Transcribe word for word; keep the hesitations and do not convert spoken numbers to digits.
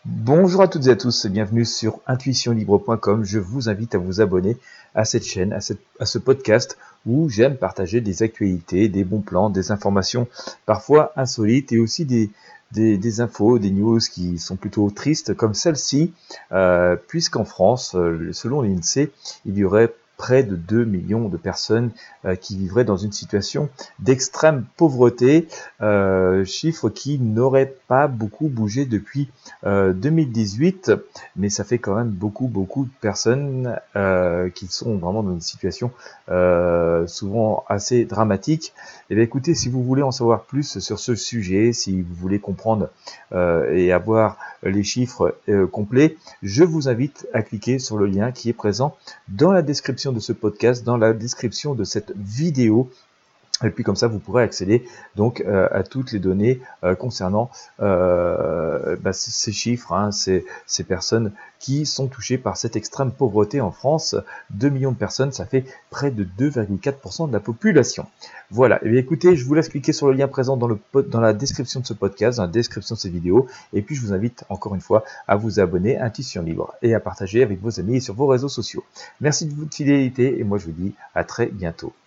Bonjour à toutes et à tous et bienvenue sur intuition libre point com. Je vous invite à vous abonner à cette chaîne, à, cette, à ce podcast où j'aime partager des actualités, des bons plans, des informations parfois insolites et aussi des, des, des infos, des news qui sont plutôt tristes comme celle-ci, euh, puisqu'en France, euh, selon l'INSEE, il y aurait près de deux millions de personnes euh, qui vivraient dans une situation d'extrême pauvreté, euh, chiffre qui n'aurait pas beaucoup bougé depuis euh, deux mille dix-huit, mais ça fait quand même beaucoup beaucoup de personnes euh, qui sont vraiment dans une situation euh, souvent assez dramatique. Et bien écoutez, si vous voulez en savoir plus sur ce sujet, si vous voulez comprendre euh, et avoir les chiffres euh, complets, je vous invite à cliquer sur le lien qui est présent dans la description de ce podcast, dans la description de cette vidéo. Et puis comme ça, vous pourrez accéder donc euh, à toutes les données euh, concernant euh, bah, ces chiffres, hein, ces, ces personnes qui sont touchées par cette extrême pauvreté en France. deux millions de personnes, ça fait près de deux virgule quatre pour cent de la population. Voilà, et bien écoutez, je vous laisse cliquer sur le lien présent dans, le, dans la description de ce podcast, dans la description de cette vidéo. Et puis je vous invite encore une fois à vous abonner à Intuition Libre et à partager avec vos amis et sur vos réseaux sociaux. Merci de votre fidélité et moi je vous dis à très bientôt.